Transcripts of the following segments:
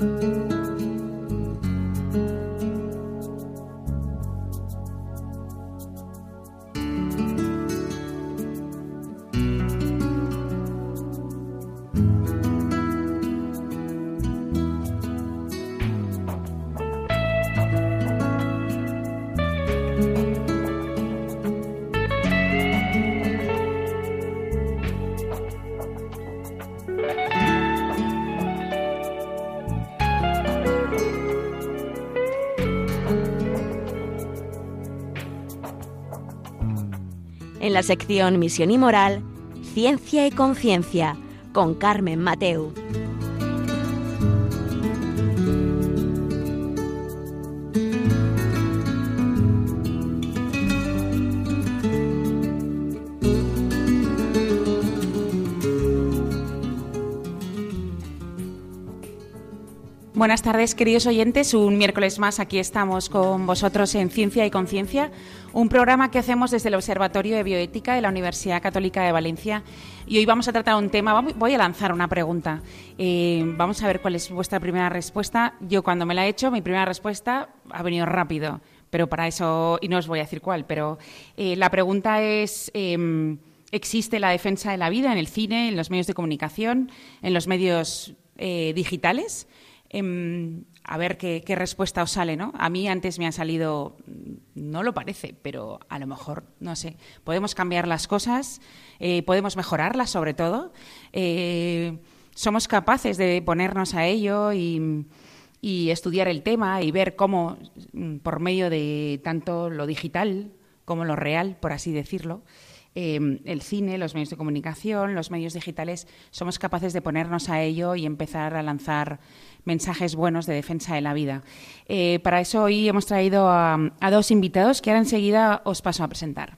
En la sección Misión y Moral, Ciencia y Conciencia, con Carmen Mateu. Buenas tardes, queridos oyentes. Un miércoles más aquí estamos con vosotros en Ciencia y Conciencia, un programa que hacemos desde el Observatorio de Bioética de la Universidad Católica de Valencia. Y hoy vamos a tratar un tema, voy a lanzar una pregunta. Vamos a ver cuál es vuestra primera respuesta. Yo cuando me la he hecho, mi primera respuesta ha venido rápido, pero para eso, y no os voy a decir cuál, pero la pregunta es... ¿existe la defensa de la vida en el cine, en los medios de comunicación, en los medios digitales? A ver qué respuesta os sale, ¿no? A mí antes me ha salido, no lo parece, pero a lo mejor, no sé, podemos cambiar las cosas, podemos mejorarlas sobre todo, somos capaces de ponernos a ello y estudiar el tema y ver cómo, por medio de tanto lo digital como lo real, por así decirlo, el cine, los medios de comunicación, los medios digitales, somos capaces de ponernos a ello y empezar a lanzar mensajes buenos de defensa de la vida. Para eso hoy hemos traído a dos invitados que ahora enseguida os paso a presentar.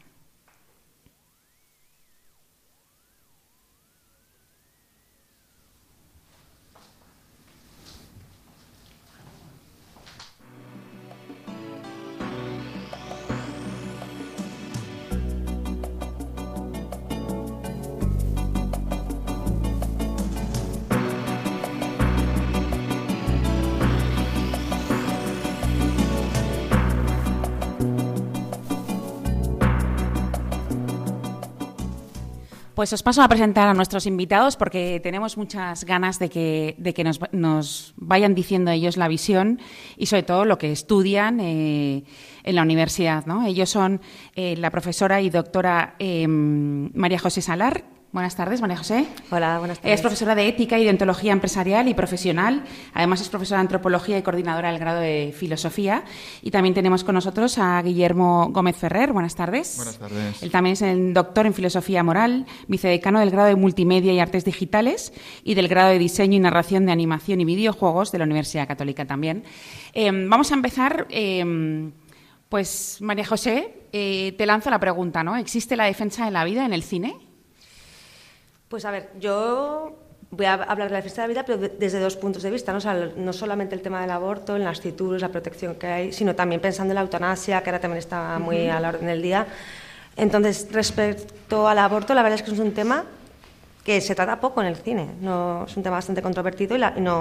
Pues os paso a presentar a nuestros invitados porque tenemos muchas ganas de que nos vayan diciendo ellos la visión y sobre todo lo que estudian en la universidad, ¿no? Ellos son la profesora y doctora María José Salar. Buenas tardes, María José. Hola, buenas tardes. Es profesora de Ética y Deontología Empresarial y Profesional. Además, es profesora de Antropología y coordinadora del grado de Filosofía. Y también tenemos con nosotros a Guillermo Gómez Ferrer. Buenas tardes. Buenas tardes. Él también es el doctor en Filosofía Moral, vicedecano del grado de Multimedia y Artes Digitales y del grado de Diseño y Narración de Animación y Videojuegos de la Universidad Católica también. Vamos a empezar... pues, María José, te lanzo la pregunta, ¿no? ¿Existe la defensa de la vida en el cine? Pues a ver, yo voy a hablar de la defensa de la vida, pero desde dos puntos de vista, ¿no? O sea, no solamente el tema del aborto, el nasciturus, la protección que hay, sino también pensando en la eutanasia, que ahora también está muy a la orden del día. Entonces, respecto al aborto, la verdad es que es un tema que se trata poco en el cine. No, es un tema bastante controvertido y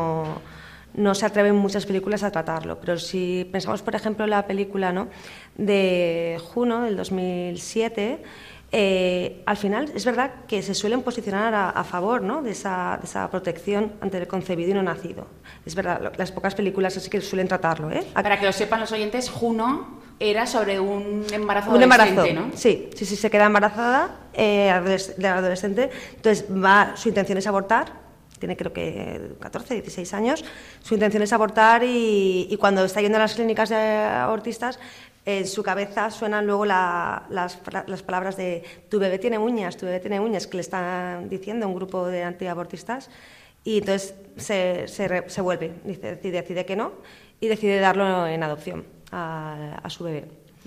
no se atreven muchas películas a tratarlo. Pero si pensamos, por ejemplo, en la película, ¿no?, de Juno, del 2007... al final es verdad que se suelen posicionar a favor, ¿no?, de esa protección ante el concebido y no nacido. Es verdad, las pocas películas así que suelen tratarlo, ¿eh? Para que lo sepan los oyentes, Juno era sobre un embarazo adolescente, ¿no? Sí, se queda embarazada de adolescente, entonces su intención es abortar. Tiene creo que 14, 16 años. Su intención es abortar y cuando está yendo a las clínicas de abortistas, en su cabeza suenan luego las palabras de tu bebé tiene uñas, que le están diciendo un grupo de antiabortistas, y entonces se vuelve, decide que no y decide darlo en adopción a su bebé.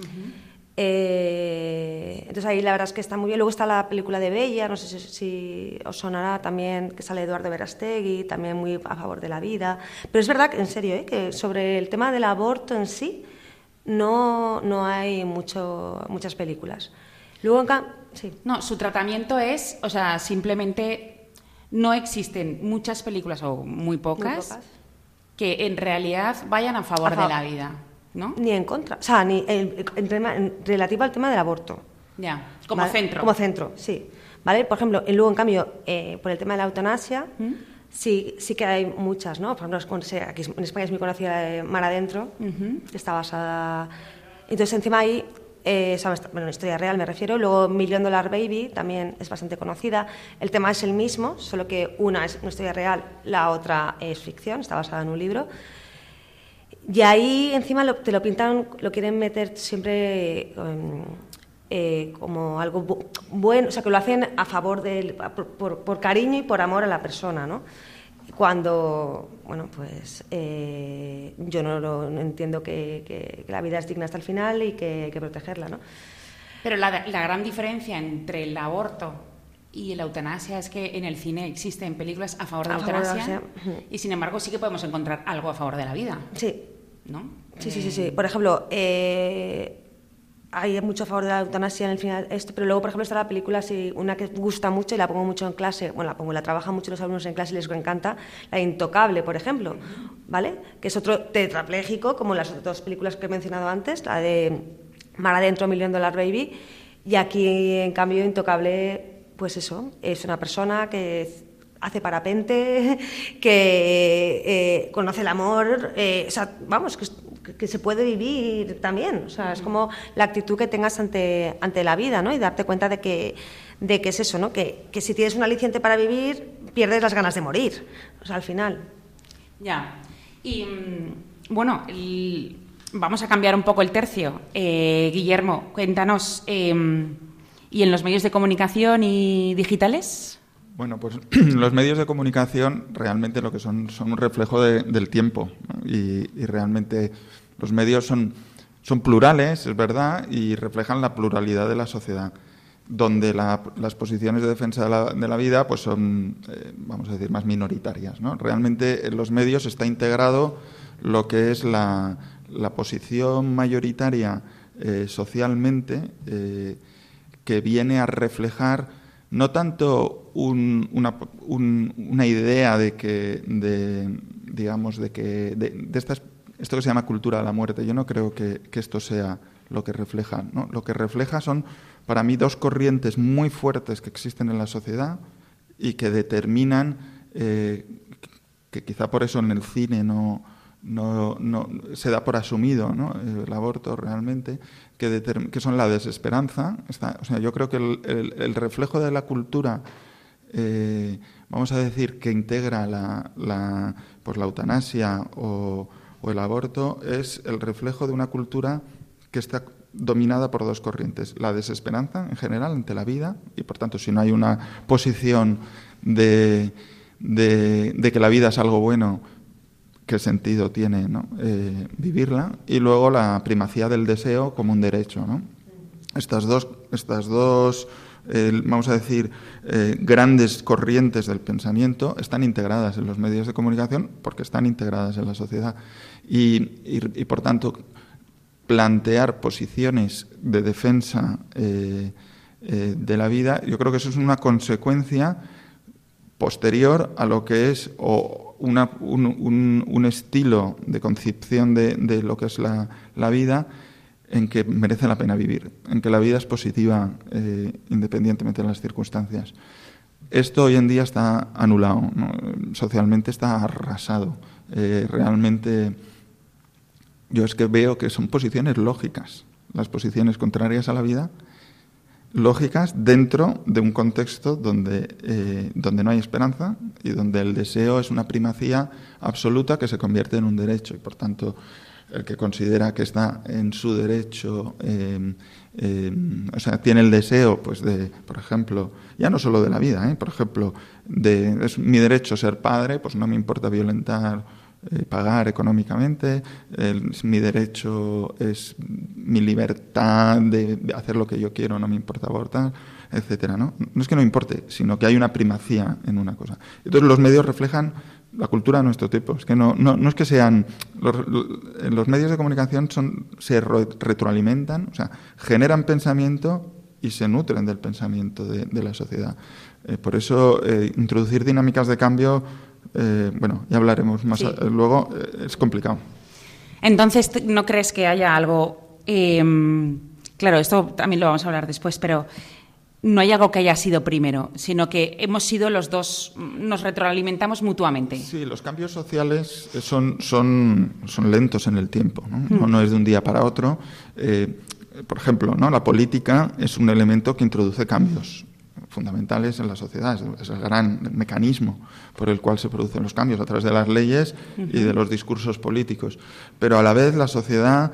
Entonces ahí la verdad es que está muy bien. Luego está la película de Bella, no sé si os sonará también, que sale Eduardo Verástegui, también muy a favor de la vida. Pero es verdad, en serio, que sobre el tema del aborto en sí no hay muchas películas. Luego sí. No, su tratamiento es, o sea, simplemente no existen muchas películas o muy pocas que en realidad vayan a favor de la vida, ¿no? Ni en contra. O sea, relativo al tema del aborto. Ya, como ¿vale? centro. Como centro, sí. ¿Vale? Por ejemplo, luego, en cambio, por el tema de la eutanasia, sí que hay muchas, ¿no? Por ejemplo, aquí en España es muy conocida Mar Adentro, que está basada... Entonces, encima ahí, bueno, historia real me refiero, luego $1 Million Baby también es bastante conocida. El tema es el mismo, solo que una es una historia real, la otra es ficción, está basada en un libro. Y ahí, encima, te lo pintan, lo quieren meter siempre... como algo bueno, o sea, que lo hacen a favor por cariño y por amor a la persona, ¿no? Cuando, bueno, pues yo no entiendo que la vida es digna hasta el final y que hay que protegerla, ¿no? Pero la gran diferencia entre el aborto y la eutanasia es que en el cine existen películas a favor de la eutanasia y, sin embargo, sí que podemos encontrar algo a favor de la vida. Sí. ¿No? Sí. Por ejemplo, hay mucho a favor de la eutanasia en el final, pero luego, por ejemplo, está la película, una que gusta mucho y la pongo mucho en clase, bueno, la trabajan mucho los alumnos en clase y les encanta, la Intocable, por ejemplo, ¿vale? Que es otro tetrapléjico, como las dos películas que he mencionado antes, la de Mar Adentro, $1 Million Baby, y aquí, en cambio, Intocable, pues eso, es una persona que hace parapente, que conoce el amor, o sea, vamos, que se puede vivir también, o sea, es como la actitud que tengas ante la vida, ¿no? Y darte cuenta de que es eso, ¿no? Que si tienes un aliciente para vivir, pierdes las ganas de morir, o sea, al final. Ya, y bueno, vamos a cambiar un poco el tercio. Guillermo, cuéntanos, ¿y en los medios de comunicación y digitales? Bueno, pues los medios de comunicación realmente lo que son un reflejo del tiempo, ¿no? Y realmente los medios son plurales, es verdad, y reflejan la pluralidad de la sociedad, donde las posiciones de defensa de la vida pues son, vamos a decir, más minoritarias, ¿no? Realmente en los medios está integrado lo que es la posición mayoritaria socialmente, que viene a reflejar no tanto una idea de esto que se llama cultura de la muerte. Yo no creo que esto sea lo que refleja, ¿no? Lo que refleja son, para mí, dos corrientes muy fuertes que existen en la sociedad y que determinan, que quizá por eso en el cine no se da por asumido, ¿no? El aborto realmente, que son la desesperanza. O sea, yo creo que el reflejo de la cultura, vamos a decir, que integra la eutanasia o el aborto, es el reflejo de una cultura que está dominada por dos corrientes: la desesperanza en general ante la vida, y por tanto, si no hay una posición de que la vida es algo bueno, ¿qué sentido tiene, ¿no? Vivirla? Y luego la primacía del deseo como un derecho, ¿no? Estas dos vamos a decir, grandes corrientes del pensamiento están integradas en los medios de comunicación porque están integradas en la sociedad. Y por tanto, plantear posiciones de defensa de la vida, yo creo que eso es una consecuencia posterior a lo que es un estilo de concepción de lo que es la vida, en que merece la pena vivir, en que la vida es positiva independientemente de las circunstancias. Esto hoy en día está anulado, ¿no? Socialmente está arrasado. Realmente yo es que veo que son posiciones lógicas, las posiciones contrarias a la vida, lógicas dentro de un contexto donde no hay esperanza y donde el deseo es una primacía absoluta que se convierte en un derecho, y por tanto el que considera que está en su derecho, o sea, tiene el deseo, pues, de, por ejemplo, ya no solo de la vida, por ejemplo, es mi derecho ser padre, pues no me importa violentar, pagar económicamente, mi derecho es mi libertad de hacer lo que yo quiero, no me importa abortar, etcétera, ¿no? No es que no importe, sino que hay una primacía en una cosa. Entonces los medios reflejan la cultura de nuestro tiempo. Es que no es que sean... Los medios de comunicación se retroalimentan, o sea, generan pensamiento y se nutren del pensamiento de la sociedad. Por eso, introducir dinámicas de cambio bueno, ya hablaremos más luego, es complicado. Entonces, ¿no crees que haya algo... claro, esto también lo vamos a hablar después, pero no hay algo que haya sido primero, sino que hemos sido los dos, nos retroalimentamos mutuamente. Sí, los cambios sociales son lentos en el tiempo, ¿no? No es de un día para otro. Por ejemplo, ¿no? La política es un elemento que introduce cambios fundamentales en la sociedad, es el gran mecanismo por el cual se producen los cambios a través de las leyes y de los discursos políticos. Pero a la vez la sociedad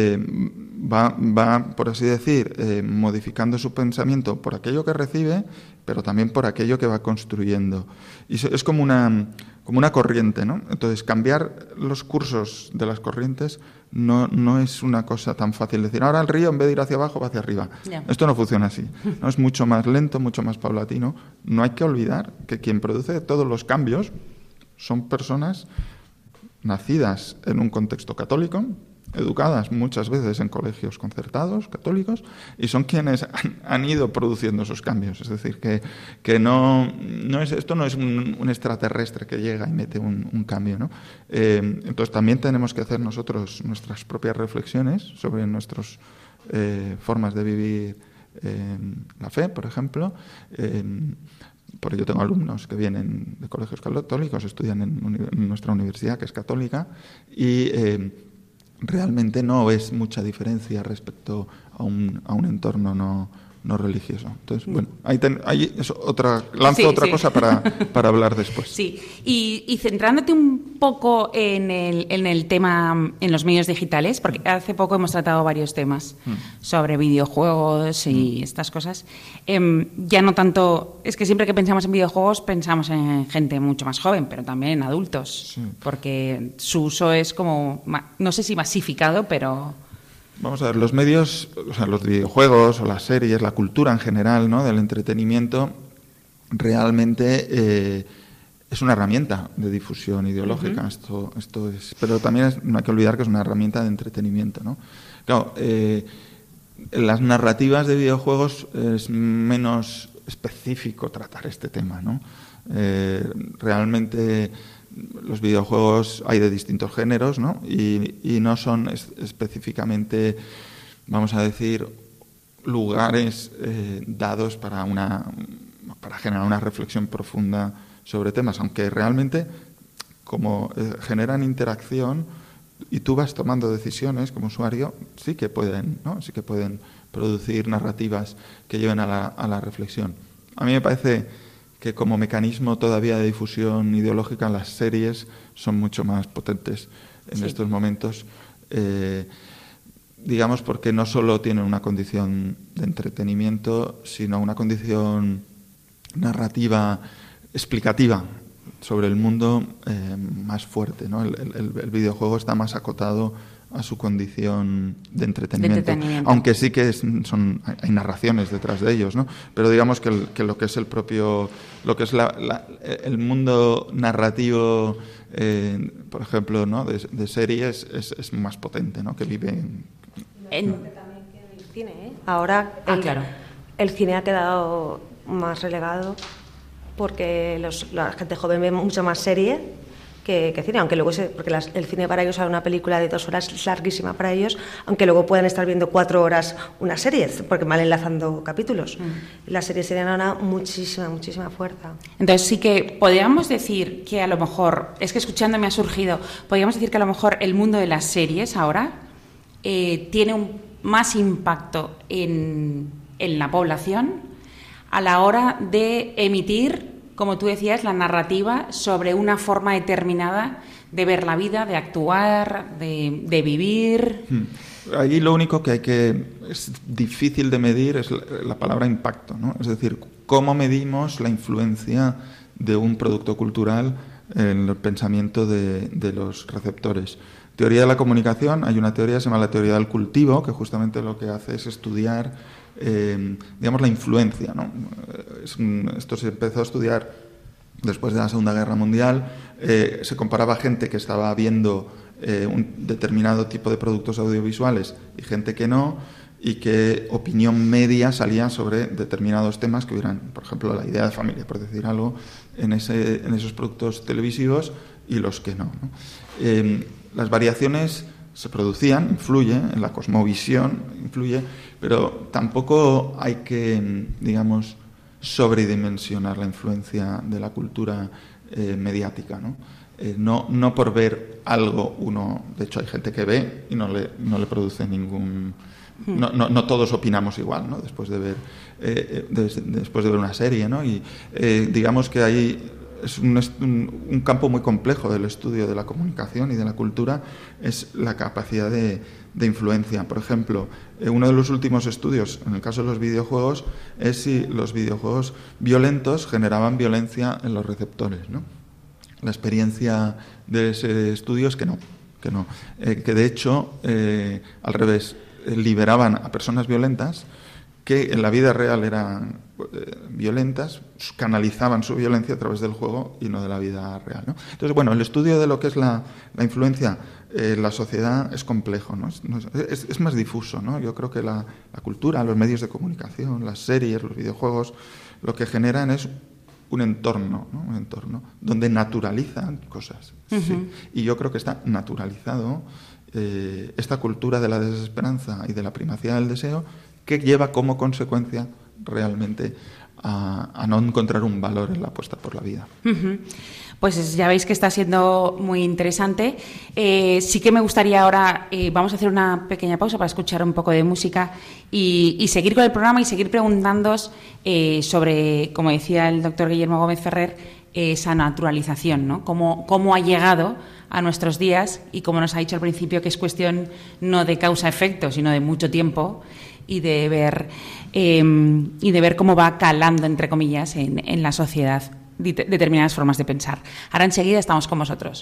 va, por así decir, modificando su pensamiento por aquello que recibe, pero también por aquello que va construyendo. Y es como una corriente, ¿no? Entonces, cambiar los cursos de las corrientes no es una cosa tan fácil. Decir, ahora el río, en vez de ir hacia abajo, va hacia arriba. Yeah. Esto no funciona así, ¿no? Es mucho más lento, mucho más paulatino. No hay que olvidar que quien produce todos los cambios son personas nacidas en un contexto católico, educadas muchas veces en colegios concertados, católicos, y son quienes han ido produciendo esos cambios. Es decir, que esto no es un extraterrestre que llega y mete un cambio, ¿no? Entonces también tenemos que hacer nosotros nuestras propias reflexiones sobre nuestras formas de vivir la fe, por ejemplo. Porque yo tengo alumnos que vienen de colegios católicos, estudian en nuestra universidad, que es católica, y realmente no ves mucha diferencia respecto a un entorno no religioso. Entonces, bueno, ahí es otra cosa para hablar después. Sí, y centrándote un poco en el tema, en los medios digitales, porque hace poco hemos tratado varios temas sobre videojuegos y estas cosas. Ya no tanto, es que siempre que pensamos en videojuegos pensamos en gente mucho más joven, pero también en adultos, porque su uso es como, no sé si masificado, pero... Vamos a ver, los medios, o sea, los videojuegos o las series, la cultura en general, ¿no?, del entretenimiento, realmente es una herramienta de difusión ideológica. Esto es, pero también no hay que olvidar que es una herramienta de entretenimiento, ¿no? Claro, en las narrativas de videojuegos es menos específico tratar este tema, ¿no? Realmente los videojuegos hay de distintos géneros, ¿no? Y no son específicamente, vamos a decir, lugares dados para generar una reflexión profunda sobre temas, aunque realmente, como generan interacción y tú vas tomando decisiones como usuario, sí que pueden producir narrativas que lleven a la reflexión. A mí me parece que como mecanismo todavía de difusión ideológica las series son mucho más potentes en estos momentos, digamos, porque no solo tienen una condición de entretenimiento, sino una condición narrativa, explicativa sobre el mundo más fuerte, ¿no? El videojuego está más acotado a su condición de entretenimiento. Aunque sí que hay narraciones detrás de ellos, ¿no? Pero digamos que lo que es el propio, lo que es el mundo narrativo, por ejemplo, ¿no?, de series es más potente, ¿no?, que vive en el cine, ¿eh? Ahora el cine ha quedado más relegado porque la gente joven ve mucho más serie que cine, aunque luego porque el cine para ellos, una película de 2 horas es larguísima para ellos, aunque luego puedan estar viendo 4 horas una serie, porque van enlazando capítulos. Las series tienen ahora muchísima fuerza. Entonces sí que podríamos decir que a lo mejor, es que escuchando me ha surgido, podríamos decir que a lo mejor el mundo de las series ahora tiene más impacto en la población a la hora de emitir, como tú decías, la narrativa sobre una forma determinada de ver la vida, de actuar, de vivir. Allí lo único que es difícil de medir es la palabra impacto, ¿no? Es decir, cómo medimos la influencia de un producto cultural en el pensamiento de los receptores. Teoría de la comunicación, hay una teoría que se llama la teoría del cultivo, que justamente lo que hace es estudiar digamos, la influencia, ¿no? Esto se empezó a estudiar después de la Segunda Guerra Mundial. Se comparaba gente que estaba viendo un determinado tipo de productos audiovisuales y gente que no, y qué opinión media salía sobre determinados temas que hubieran, por ejemplo, la idea de familia, por decir algo, en esos productos televisivos y los que no. Las variaciones se producían, influye en la cosmovisión, influye, pero tampoco hay que, digamos, sobredimensionar la influencia de la cultura mediática, ¿no? No por ver algo uno, de hecho hay gente que ve y no le produce ningún... No todos opinamos igual, ¿no? Después de ver una serie, ¿no? Y digamos que ahí es un campo muy complejo del estudio de la comunicación y de la cultura, es la capacidad de influencia. Por ejemplo, uno de los últimos estudios, en el caso de los videojuegos, es si los videojuegos violentos generaban violencia en los receptores, ¿no? La experiencia de ese estudio es que no. Que de hecho, al revés, liberaban a personas violentas que en la vida real eran violentas, canalizaban su violencia a través del juego y no de la vida real, ¿no? Entonces, bueno, el estudio de lo que es la influencia en la sociedad es complejo, ¿no? Es más difuso, ¿no? Yo creo que la cultura, los medios de comunicación, las series, los videojuegos, lo que generan es un entorno, ¿no? Un entorno donde naturalizan cosas. Uh-huh. Sí. Y yo creo que está naturalizado esta cultura de la desesperanza y de la primacía del deseo, que lleva como consecuencia realmente a no encontrar un valor en la apuesta por la vida. Uh-huh. Pues ya veis que está siendo muy interesante. Sí que me gustaría ahora, vamos a hacer una pequeña pausa para escuchar un poco de música y seguir con el programa y seguir preguntándoos sobre, como decía el doctor Guillermo Gómez Ferrer, esa naturalización, ¿no? Cómo ha llegado a nuestros días y, como nos ha dicho al principio, que es cuestión no de causa-efecto, sino de mucho tiempo y de ver cómo va calando, entre comillas, en la sociedad determinadas formas de pensar. Ahora enseguida estamos con vosotros.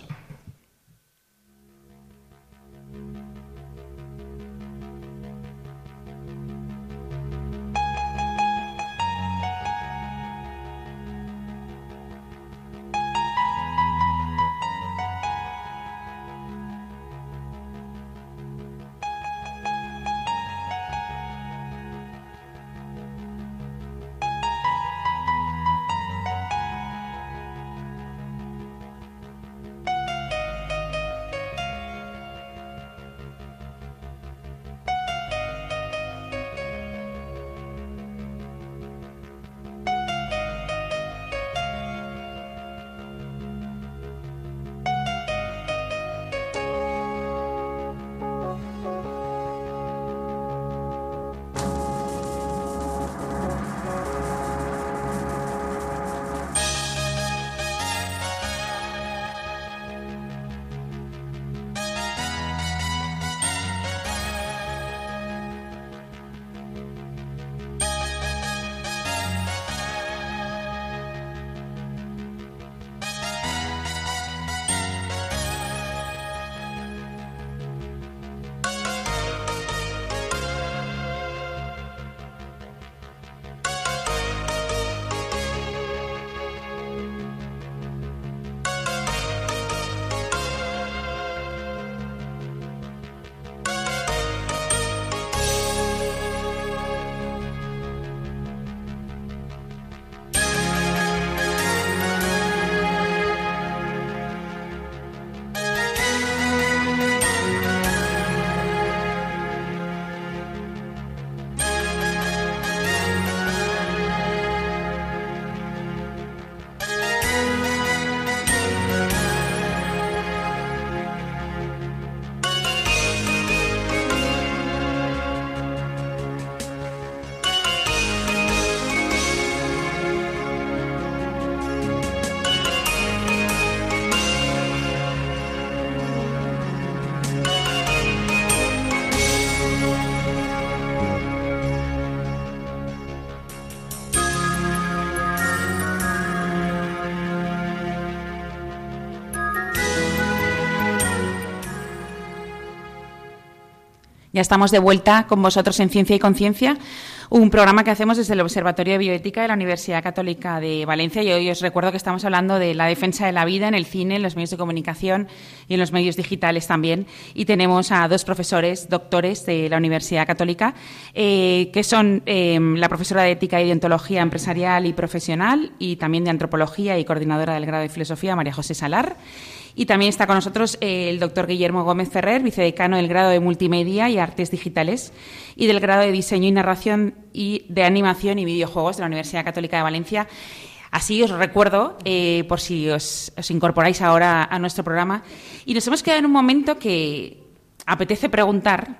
Ya estamos de vuelta con vosotros en Ciencia y Conciencia, un programa que hacemos desde el Observatorio de Bioética de la Universidad Católica de Valencia, y hoy os recuerdo que estamos hablando de la defensa de la vida en el cine, en los medios de comunicación y en los medios digitales también, y tenemos a dos profesores, doctores de la Universidad Católica, que son la profesora de Ética y Deontología Empresarial y Profesional, y también de Antropología y coordinadora del grado de Filosofía, María José Salar. Y también está con nosotros el doctor Guillermo Gómez Ferrer, vicedecano del grado de Multimedia y Artes Digitales y del grado de Diseño y Narración y de Animación y Videojuegos de la Universidad Católica de Valencia. Así os recuerdo, por si os incorporáis ahora a nuestro programa. Y nos hemos quedado en un momento que apetece preguntar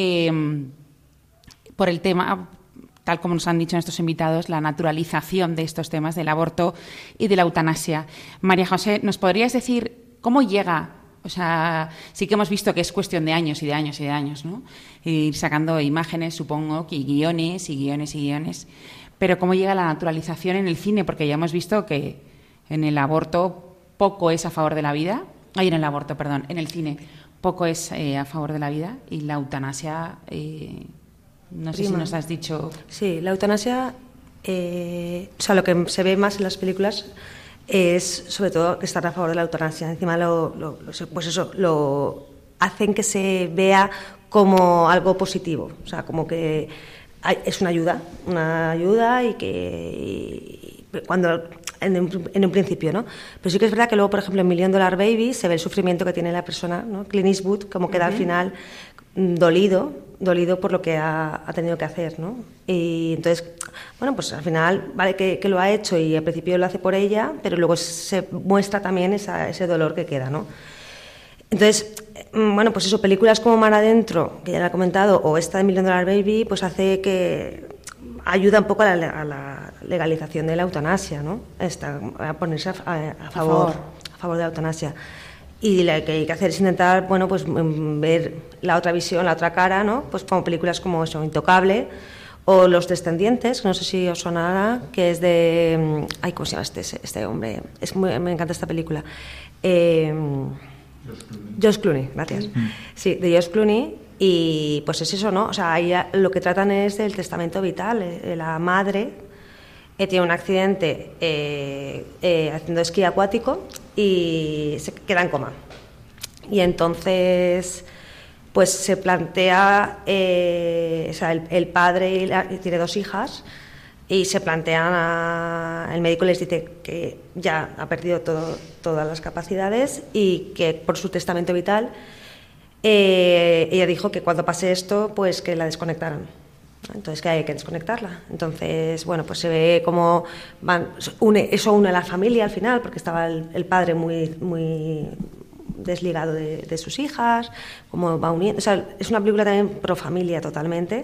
por el tema, tal como nos han dicho nuestros invitados, la naturalización de estos temas del aborto y de la eutanasia. María José, ¿nos podrías decir cómo llega? O sea, sí que hemos visto que es cuestión de años y de años y de años, ¿no? Ir sacando imágenes, supongo, y guiones y guiones y guiones. Pero ¿cómo llega la naturalización en el cine? Porque ya hemos visto que en el aborto poco es a favor de la vida. En el cine poco es a favor de la vida, y la eutanasia, no sé si nos has dicho. Sí, la eutanasia, o sea, lo que se ve más en las películas es sobre todo que están a favor de la eutanasia. Encima lo hacen que se vea como algo positivo, o sea, como que es una ayuda y que cuando en un principio, ¿no? Pero sí que es verdad que luego, por ejemplo, en $1 Million Baby se ve el sufrimiento que tiene la persona, ¿no? Clint Eastwood, como queda al final dolido por lo que ha tenido que hacer, ¿no? Y entonces, bueno, pues al final vale que lo ha hecho y al principio lo hace por ella, pero luego se muestra también ese dolor que queda, ¿no? Entonces, bueno, pues eso, películas como Mar Adentro, que ya la he comentado, o esta de $1 Million Baby, pues hace que ayuda un poco a la legalización de la eutanasia, ¿no? A ponerse a favor de la eutanasia. Y lo que hay que hacer es intentar, bueno, pues ver la otra visión, la otra cara, ¿no? Pues como películas como eso, Intocable, o Los Descendientes, que no sé si os sonará, que es de... Ay, ¿cómo se llama este hombre? Me encanta esta película. Josh Clooney, gracias. Sí, de Josh Clooney. Y pues es eso, ¿no? O sea, ahí lo que tratan es del testamento vital. La madre tiene un accidente haciendo esquí acuático y se queda en coma. Y entonces, pues se plantea, o sea, el padre tiene 2 hijas y se plantean, el médico les dice que ya ha perdido todas las capacidades y que por su testamento vital ella dijo que cuando pase esto, pues que la desconectaran. Entonces, que hay que desconectarla. Entonces, bueno, pues se ve cómo eso une a la familia al final, porque estaba el padre muy desligado de sus hijas, cómo va uniendo. O sea, es una película también pro familia totalmente.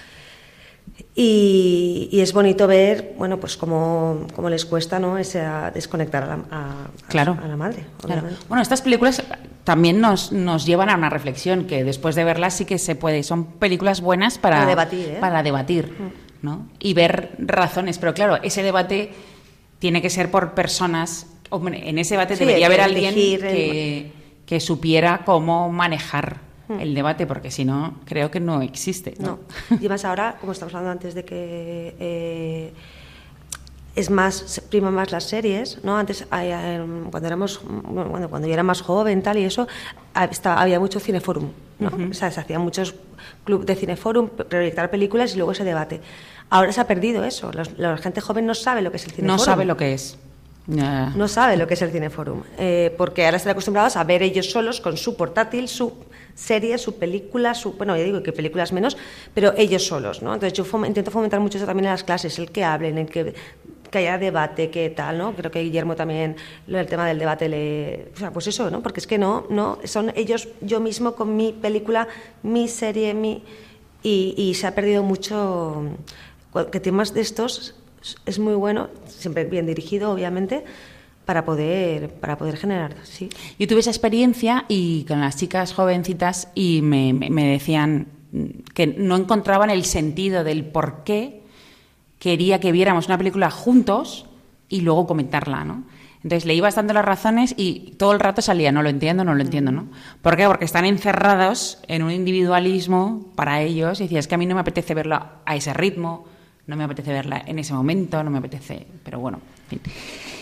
Y es bonito ver, bueno, pues cómo les cuesta, ¿no? Desconectar a la madre. Claro. Bueno, estas películas también nos llevan a una reflexión, que después de verlas sí que se puede. Son películas buenas para debatir, ¿no? Y ver razones. Pero claro, ese debate tiene que ser por personas. Hombre, en ese debate debería haber alguien que supiera cómo manejar el debate, porque si no, creo que no existe, ¿no? Y más ahora, como estamos hablando antes de que se priman más las series, ¿no? Antes, cuando yo era más joven, tal, y eso, había mucho cineforum, ¿no? O sea, se hacían muchos clubes de cineforum, proyectar películas y luego ese debate. Ahora se ha perdido eso. La gente joven no sabe lo que es el cineforum. No sabe lo que es. No sabe lo que es el cineforum, porque ahora están acostumbrados a ver ellos solos con su portátil, su serie, su película, bueno, ya digo que películas menos, pero ellos solos, ¿no? Entonces yo intento fomentar mucho eso también en las clases, el que hablen, el que haya debate, que tal, ¿no? Creo que Guillermo también, el tema del debate, o sea, pues eso, ¿no? Porque es que no, son ellos, yo mismo con mi película, mi serie, y se ha perdido mucho, que temas de estos es muy bueno, siempre bien dirigido, obviamente, para poder generar, sí. Yo tuve esa experiencia y con las chicas jovencitas y me decían que no encontraban el sentido del por qué quería que viéramos una película juntos y luego comentarla, ¿no? Entonces le ibas dando las razones y todo el rato salía, no lo entiendo, ¿no? ¿Por qué? Porque están encerrados en un individualismo para ellos y decía, es que a mí no me apetece verlo a ese ritmo, no me apetece verla en ese momento, no me apetece, pero bueno, en fin.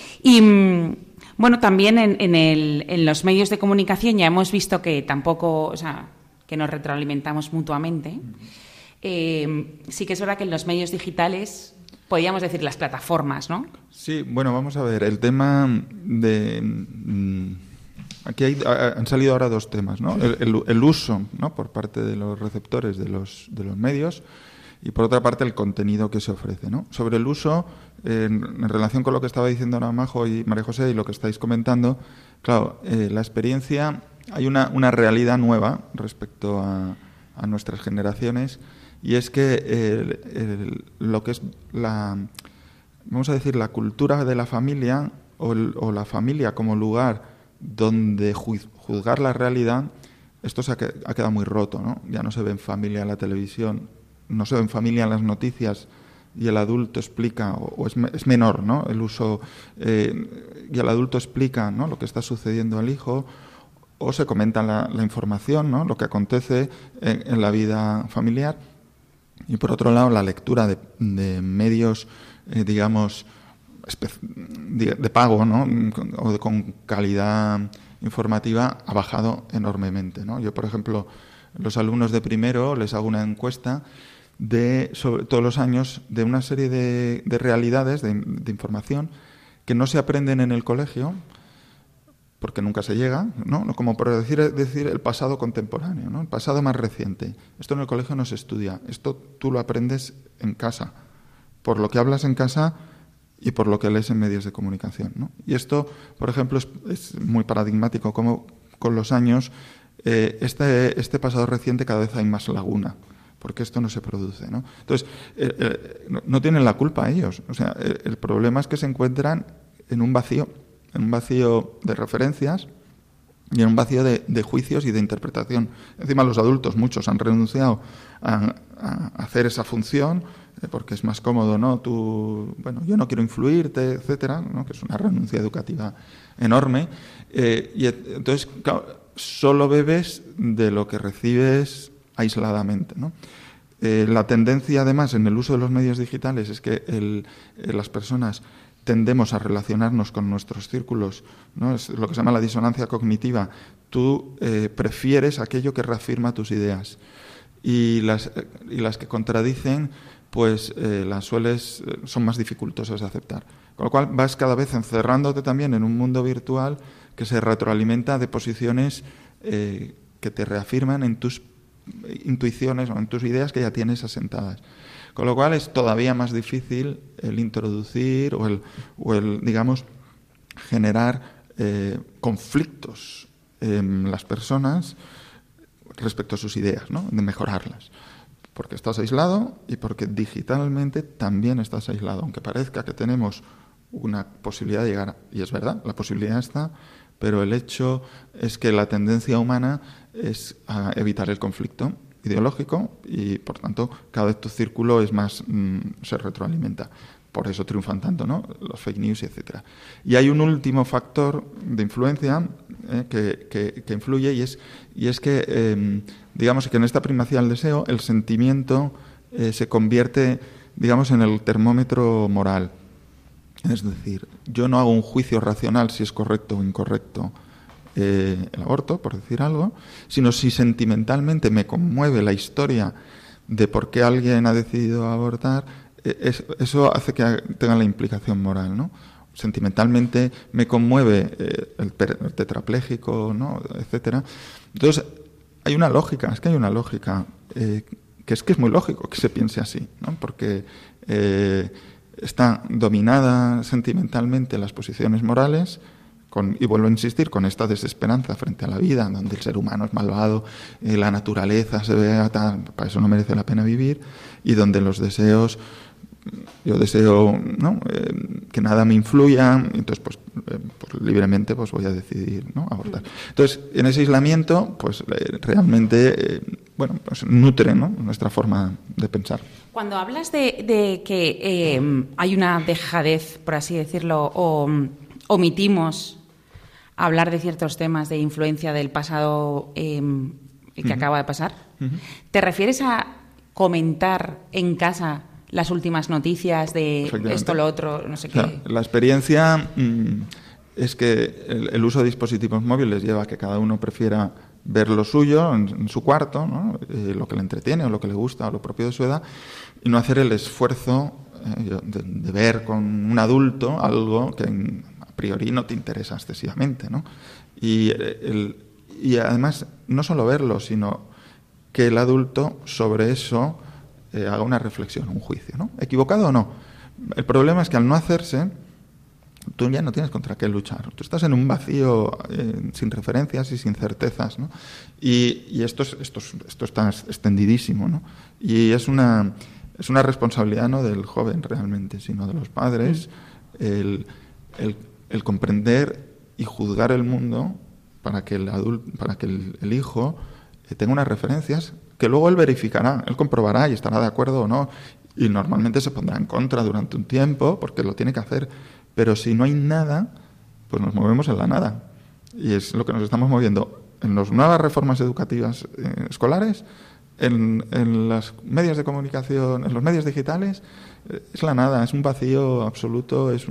Y bueno, también en los medios de comunicación ya hemos visto que tampoco, o sea, que nos retroalimentamos mutuamente. Sí que es verdad que en los medios digitales, podríamos decir las plataformas, ¿no? Sí, bueno, vamos a ver, el tema de... Aquí han salido ahora dos temas, ¿no? El uso, ¿no?, por parte de los receptores de los medios, y por otra parte el contenido que se ofrece, ¿no? Sobre el uso, en relación con lo que estaba diciendo ahora Majo y María José y lo que estáis comentando, claro, la experiencia, hay una realidad nueva respecto a nuestras generaciones, y es que lo que es vamos a decir, la cultura de la familia o la familia como lugar donde juzgar la realidad, esto ha quedado muy roto, ¿no? Ya no se ve en familia en la televisión, no se ve en familia en las noticias y el adulto explica, o es menor, ¿no?, el uso, y el adulto explica, ¿no?, lo que está sucediendo al hijo, o se comenta la información, ¿no?, lo que acontece en la vida familiar. Y por otro lado, la lectura de medios, digamos, de pago, ¿no?, o con calidad informativa ha bajado enormemente, ¿no? Yo, por ejemplo, los alumnos de primero les hago una encuesta sobre todos los años de una serie de realidades, de información, que no se aprenden en el colegio, porque nunca se llega, ¿no? Como por decir el pasado contemporáneo, ¿no?, el pasado más reciente. Esto en el colegio no se estudia, esto tú lo aprendes en casa, por lo que hablas en casa y por lo que lees en medios de comunicación, ¿no? Y esto, por ejemplo, es muy paradigmático, como con los años este pasado reciente cada vez hay más laguna, porque esto no se produce, ¿no? Entonces, no tienen la culpa ellos. O sea, el problema es que se encuentran en un vacío de referencias y en un vacío de juicios y de interpretación. Encima los adultos, muchos, han renunciado a hacer esa función porque es más cómodo, ¿no? Yo no quiero influirte, etcétera, ¿no?, que es una renuncia educativa enorme. Y entonces, claro, solo bebes de lo que recibes aisladamente, ¿no? La tendencia, además, en el uso de los medios digitales es que las personas tendemos a relacionarnos con nuestros círculos, ¿no? Es lo que se llama la disonancia cognitiva. Tú prefieres aquello que reafirma tus ideas y las que contradicen, pues son más dificultosas de aceptar. Con lo cual vas cada vez encerrándote también en un mundo virtual que se retroalimenta de posiciones que te reafirman en tus intuiciones o en tus ideas que ya tienes asentadas. Con lo cual es todavía más difícil el introducir o el digamos, generar conflictos en las personas respecto a sus ideas, ¿no?, de mejorarlas. Porque estás aislado y porque digitalmente también estás aislado. Aunque parezca que tenemos una posibilidad de llegar, y es verdad, la posibilidad está, pero el hecho es que la tendencia humana es a evitar el conflicto ideológico y, por tanto, cada vez tu círculo es más se retroalimenta. Por eso triunfan tanto, ¿no?, los fake news, etcétera. Y hay un último factor de influencia que influye y es que, digamos, que en esta primacía del deseo el sentimiento se convierte, digamos, en el termómetro moral. Es decir, yo no hago un juicio racional si es correcto o incorrecto el aborto, por decir algo, sino si sentimentalmente me conmueve la historia de por qué alguien ha decidido abortar, eso hace que tenga la implicación moral, ¿no? Sentimentalmente me conmueve el tetrapléjico, ¿no?, etcétera. Entonces, hay una lógica, que es muy lógico que se piense así, ¿no?, porque está dominada sentimentalmente las posiciones morales, y vuelvo a insistir, con esta desesperanza frente a la vida, donde el ser humano es malvado, la naturaleza se ve para eso no merece la pena vivir, y donde los deseos, yo deseo, ¿no?, que nada me influya, entonces pues libremente pues voy a decidir, ¿no?, abortar. Entonces, en ese aislamiento, pues realmente pues nutre, ¿no?, nuestra forma de pensar. Cuando hablas de que hay una dejadez, por así decirlo, o omitimos hablar de ciertos temas de influencia del pasado que acaba de pasar. ¿Te refieres a comentar en casa las últimas noticias de esto, lo otro, no sé qué? La experiencia es que el uso de dispositivos móviles lleva a que cada uno prefiera ver lo suyo en su cuarto, ¿no? Lo que le entretiene o lo que le gusta o lo propio de su edad, y no hacer el esfuerzo de ver con un adulto algo que a priori no te interesa excesivamente, ¿no? Y además, no solo verlo, sino que el adulto sobre eso haga una reflexión, un juicio, ¿no? ¿Equivocado o no? El problema es que al no hacerse, tú ya no tienes contra qué luchar. Tú estás en un vacío sin referencias y sin certezas, ¿no? Y esto está extendidísimo, ¿no? Y es una responsabilidad no del joven realmente, sino de los padres, el comprender y juzgar el mundo para que el hijo tenga unas referencias que luego él verificará, él comprobará y estará de acuerdo o no, y normalmente se pondrá en contra durante un tiempo porque lo tiene que hacer, pero si no hay nada, pues nos movemos en la nada, y es lo que nos estamos moviendo en las nuevas reformas educativas escolares, en los medios de comunicación, en los medios digitales, es la nada, es un vacío absoluto, es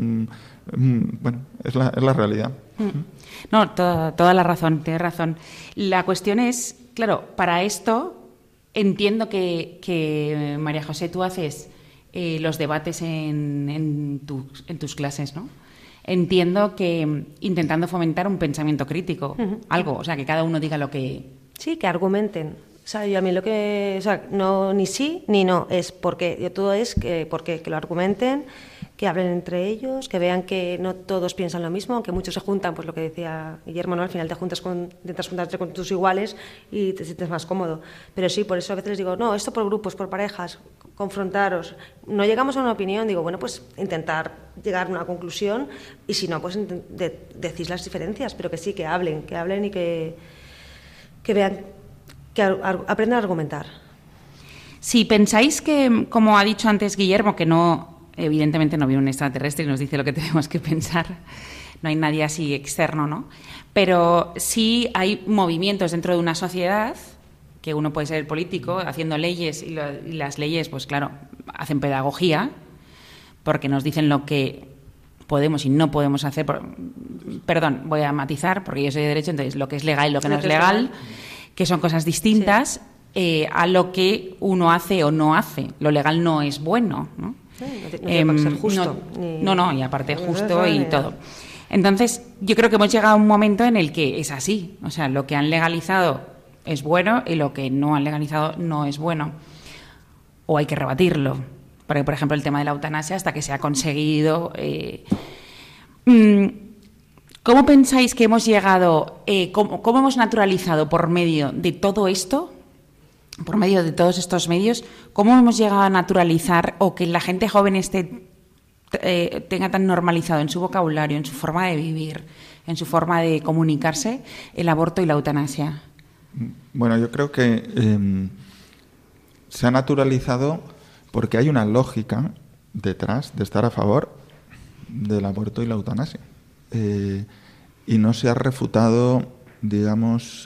la realidad. No, toda la razón, tienes razón. La cuestión es, claro, para esto entiendo que María José, tú haces los debates en tus clases, ¿no? Entiendo que intentando fomentar un pensamiento crítico, algo, o sea, que cada uno diga lo que... Sí, que argumenten. O sea, yo a mí lo que... O sea, no ni sí ni no, es porque... Todo es que lo argumenten, que hablen entre ellos, que vean que no todos piensan lo mismo, aunque muchos se juntan, pues lo que decía Guillermo, ¿no? Al final intentas juntarte con tus iguales y te sientes más cómodo. Pero sí, por eso a veces les digo, no, esto por grupos, por parejas, confrontaros. No llegamos a una opinión, digo, bueno, pues intentar llegar a una conclusión y si no, pues decís las diferencias, pero que sí, que hablen y que vean, que aprendan a argumentar. Si pensáis que, como ha dicho antes Guillermo, que no... Evidentemente no viene un extraterrestre y nos dice lo que tenemos que pensar. No hay nadie así externo, ¿no? Pero sí hay movimientos dentro de una sociedad, que uno puede ser el político haciendo leyes y las leyes, pues claro, hacen pedagogía porque nos dicen lo que podemos y no podemos hacer. Perdón, voy a matizar porque yo soy de derecho, entonces lo que es legal y lo que no es legal, que son cosas distintas a lo que uno hace o no hace. Lo legal no es bueno, ¿no? No tiene que ser justo. No, y aparte justo y todo. Entonces, yo creo que hemos llegado a un momento en el que es así. O sea, lo que han legalizado es bueno y lo que no han legalizado no es bueno. O hay que rebatirlo. Porque, por ejemplo, el tema de la eutanasia, hasta que se ha conseguido... ¿Cómo pensáis que hemos llegado, cómo hemos naturalizado por medio de todo esto, por medio de todos estos medios, cómo hemos llegado a naturalizar o que la gente joven tenga tan normalizado en su vocabulario, en su forma de vivir, en su forma de comunicarse, el aborto y la eutanasia? Bueno, yo creo que se ha naturalizado porque hay una lógica detrás de estar a favor del aborto y la eutanasia. Y no se ha refutado, digamos,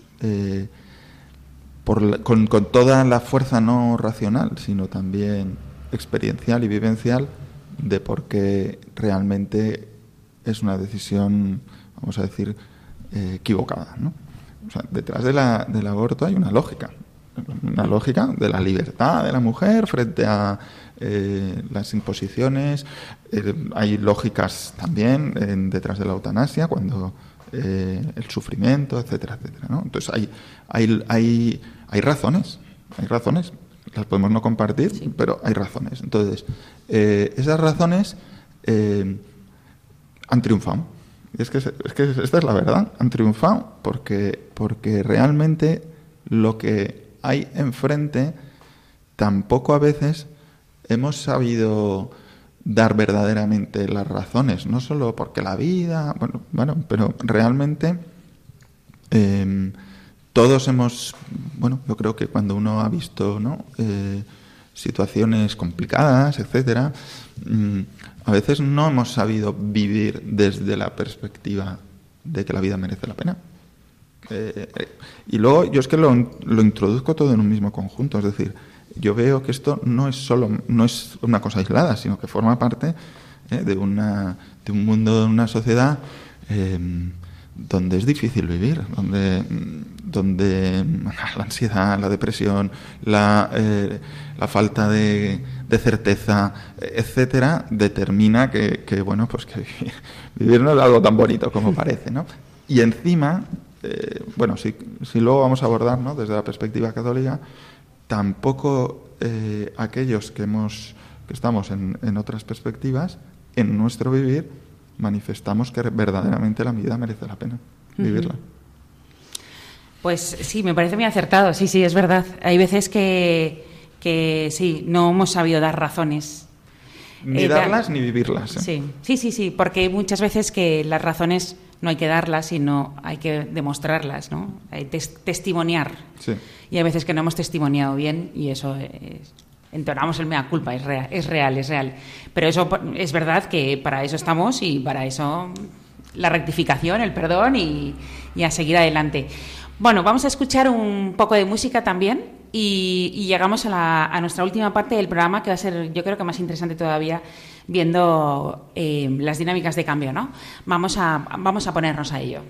con toda la fuerza no racional, sino también experiencial y vivencial de por qué realmente es una decisión, vamos a decir, equivocada, ¿no? O sea, detrás del aborto hay una lógica de la libertad de la mujer frente a las imposiciones. Hay lógicas también detrás de la eutanasia, cuando el sufrimiento, etcétera, etcétera, ¿no? Entonces hay razones, las podemos no compartir, sí, pero hay razones. Entonces, esas razones han triunfado. Y es que esta es la verdad, han triunfado porque realmente lo que hay enfrente tampoco a veces hemos sabido dar verdaderamente las razones, no solo porque la vida, bueno, pero realmente todos hemos, yo creo que cuando uno ha visto, ¿no?, situaciones complicadas, etcétera, a veces no hemos sabido vivir desde la perspectiva de que la vida merece la pena. Y luego yo es que lo introduzco todo en un mismo conjunto, es decir, yo veo que esto no es una cosa aislada, sino que forma parte de un mundo, de una sociedad donde es difícil vivir, donde la ansiedad, la depresión, la falta de certeza, etcétera, determina que bueno, pues que vivir no es algo tan bonito como parece, ¿no? Y encima, bueno, si luego vamos a abordar, ¿no?, desde la perspectiva católica, tampoco aquellos que estamos en otras perspectivas, en nuestro vivir, manifestamos que verdaderamente la vida merece la pena vivirla. Pues sí, me parece muy acertado, sí, es verdad. Hay veces que sí, no hemos sabido dar razones. Ni darlas ni vivirlas. Sí, porque hay muchas veces que las razones no hay que darlas, sino hay que demostrarlas, ¿no? Hay testimoniar. Sí. Y hay veces que no hemos testimoniado bien y eso entonamos el mea culpa, es real. Pero eso es verdad que para eso estamos y para eso la rectificación, el perdón y a seguir adelante. Bueno, vamos a escuchar un poco de música también y llegamos a nuestra última parte del programa, que va a ser, yo creo que más interesante todavía, viendo las dinámicas de cambio, ¿no? Vamos a ponernos a ello.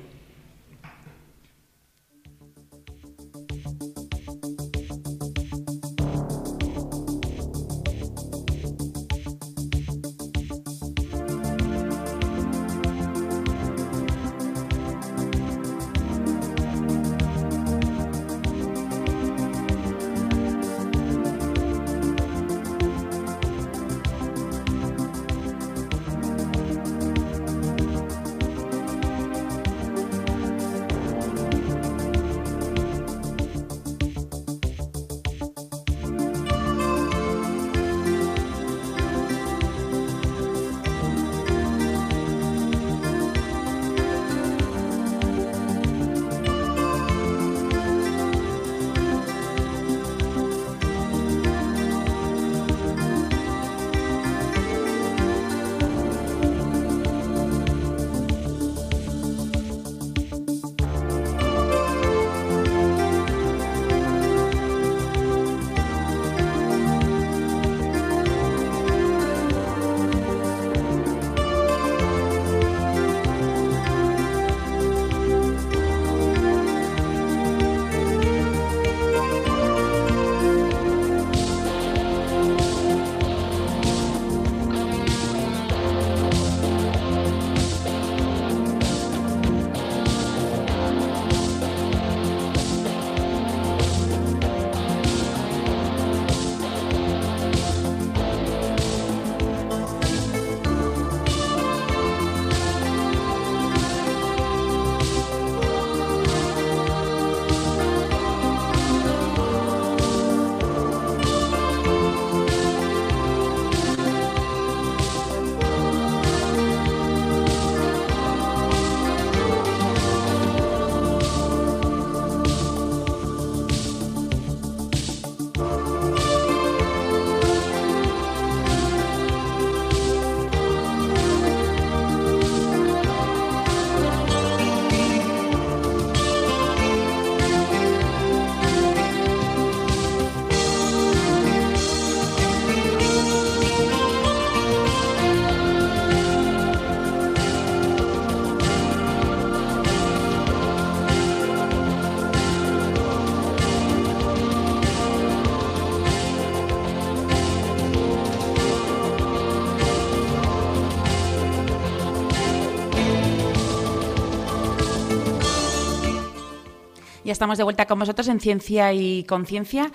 Ya estamos de vuelta con vosotros en Ciencia y Conciencia.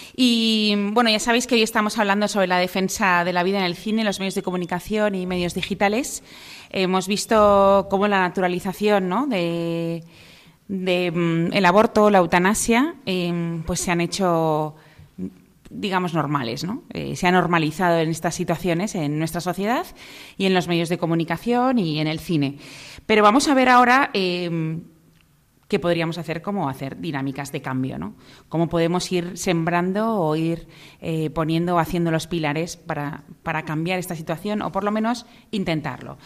Y bueno, ya sabéis que hoy estamos hablando sobre la defensa de la vida en el cine, los medios de comunicación y medios digitales. Hemos visto cómo la naturalización, ¿no?, de el aborto, la eutanasia, pues se han hecho, digamos, normales, ¿no? Se ha normalizado en estas situaciones en nuestra sociedad y en los medios de comunicación y en el cine. Pero vamos a ver ahora ¿qué podríamos hacer? Como hacer dinámicas de cambio, ¿no? Cómo podemos ir sembrando o ir poniendo o haciendo los pilares para cambiar esta situación o por lo menos intentarlo.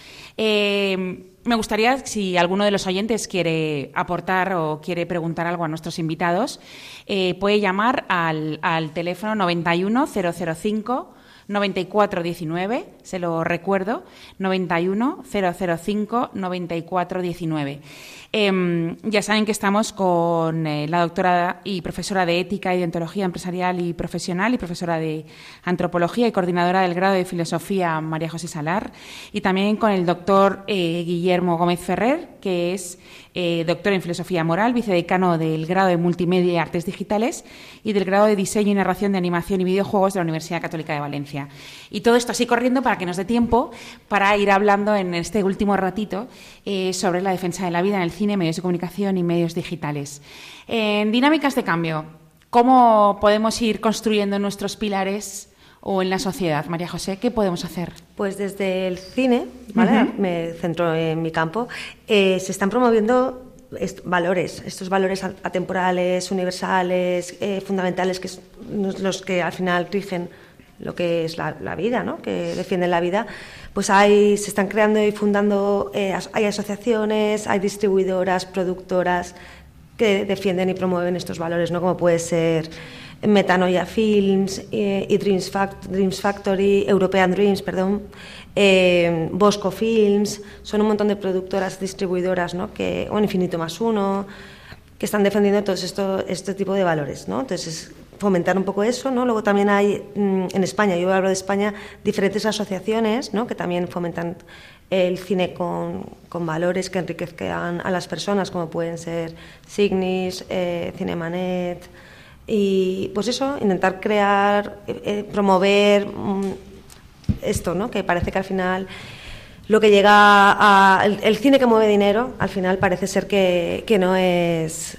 Me gustaría, si alguno de los oyentes quiere aportar o quiere preguntar algo a nuestros invitados, puede llamar al teléfono 91 005 9419, se lo recuerdo, 91 005 9419. Ya saben que estamos con la doctora y profesora de Ética y Deontología Empresarial y Profesional y profesora de Antropología y coordinadora del grado de Filosofía, María José Salar, y también con el doctor Guillermo Gómez Ferrer, que es doctor en Filosofía Moral, vicedecano del grado de Multimedia y Artes Digitales y del grado de Diseño y Narración de Animación y Videojuegos de la Universidad Católica de Valencia. Y todo esto así corriendo para que nos dé tiempo para ir hablando en este último ratito sobre la defensa de la vida en el cine, medios de comunicación y medios digitales. En dinámicas de cambio, ¿cómo podemos ir construyendo nuestros pilares o en la sociedad? María José, ¿qué podemos hacer? Pues desde el cine, ¿vale? Me centro en mi campo, se están promoviendo estos valores atemporales, universales, fundamentales, que son los que al final rigen lo que es la vida, ¿no? Que defienden la vida. Pues se están creando y fundando, hay asociaciones, hay distribuidoras, productoras que defienden y promueven estos valores, ¿no? Como puede ser Metanoia Films y Dreams Factory, European Dreams, perdón, Bosco Films, son un montón de productoras, distribuidoras, ¿no? O Infinito Más Uno, que están defendiendo todo este tipo de valores, ¿no? Entonces, fomentar un poco eso, ¿no? Luego también hay, en España, yo hablo de España, diferentes asociaciones, ¿no? Que también fomentan el cine con valores que enriquezcan a las personas, como pueden ser Signis, Cinemanet, y pues eso, intentar crear, promover esto, ¿no? Que parece que al final lo que llega el cine que mueve dinero, al final parece ser que no es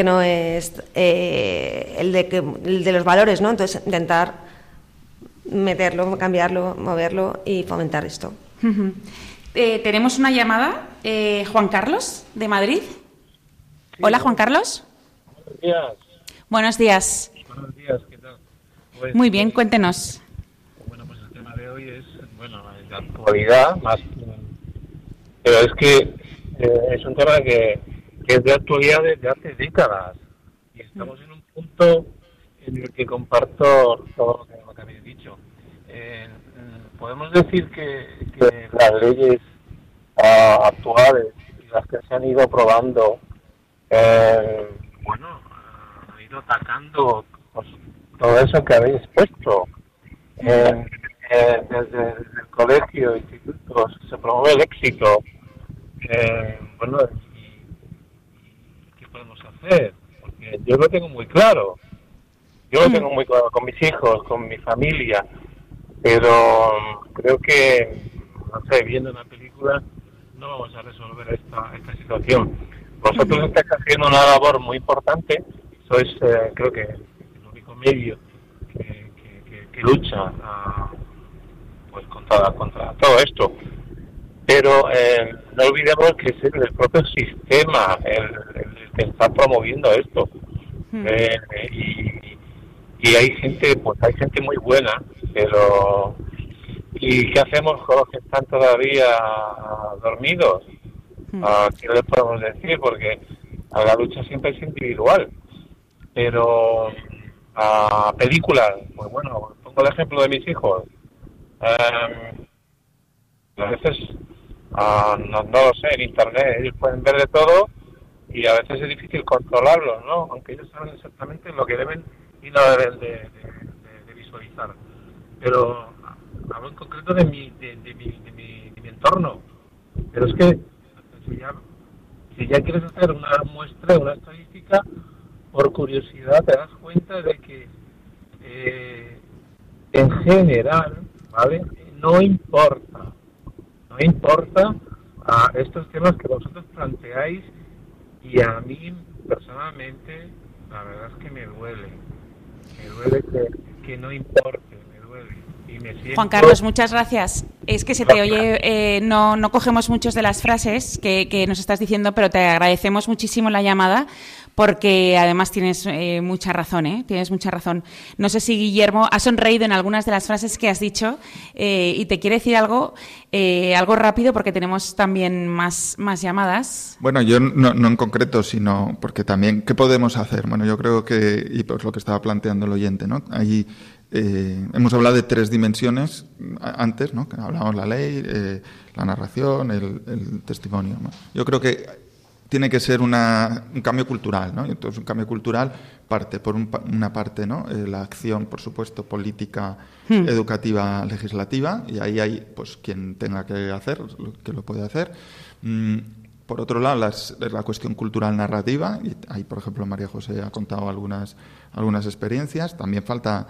el de los valores, ¿no? Entonces intentar meterlo, cambiarlo, moverlo y fomentar esto. Tenemos una llamada, Juan Carlos, de Madrid. Sí. Hola, Juan Carlos. Buenos días. Buenos días. Buenos días, ¿qué tal? Pues, muy bien, cuéntenos. Bueno, pues el tema de hoy es, de actualidad, más, pero es que es un tema que es de actualidad desde hace décadas y estamos en un punto en el que comparto todo lo que habéis dicho. Podemos decir que las leyes actuales y las que se han ido aprobando han ido atacando pues, todo eso que habéis puesto. Desde el colegio, institutos, se promueve el éxito. ¿Qué podemos hacer? Porque yo lo tengo muy claro. Yo lo tengo muy claro con mis hijos, con mi familia. Pero creo que, no sé, viendo una película no vamos a resolver esta situación. Vosotros estáis haciendo una labor muy importante. Sois, creo que, el único medio que lucha pues contra todo esto. Pero no olvidemos que es el propio sistema el que está promoviendo esto. Y hay gente muy buena, pero ¿y qué hacemos con los que están todavía dormidos? ¿Qué les podemos decir? Porque la lucha siempre es individual. Pero películas, pues bueno, pongo el ejemplo de mis hijos. A veces, no lo sé, en internet ellos pueden ver de todo y a veces es difícil controlarlos, ¿no? Aunque ellos saben exactamente lo que deben y no deben de visualizar. Pero hablo en concreto de mi entorno. Pero es que si ya quieres hacer una muestra, una estadística, por curiosidad te das cuenta de que en general, ¿vale? No importa a estos temas que vosotros planteáis, y a mí personalmente la verdad es que me duele que no importe, me duele. y me siento... Juan Carlos, muchas gracias. Es que se te oye, no cogemos muchos de las frases que nos estás diciendo, pero te agradecemos muchísimo la llamada porque además tienes mucha razón, ¿eh? Tienes mucha razón. No sé si Guillermo ha sonreído en algunas de las frases que has dicho y te quiere decir algo rápido porque tenemos también más llamadas. Bueno, yo no en concreto, sino porque también, ¿qué podemos hacer? Bueno, yo creo que, y pues lo que estaba planteando el oyente, ¿no? Ahí hemos hablado de 3 dimensiones antes, ¿no? Que hablábamos la ley, la narración, el testimonio, ¿no? Yo creo que tiene que ser un cambio cultural, ¿no? Entonces, un cambio cultural parte por una parte, ¿no? La acción, por supuesto, política, educativa, legislativa, y ahí hay, pues, quien tenga que hacer, que lo puede hacer. Por otro lado, la cuestión cultural narrativa, y ahí, por ejemplo, María José ha contado algunas experiencias. También falta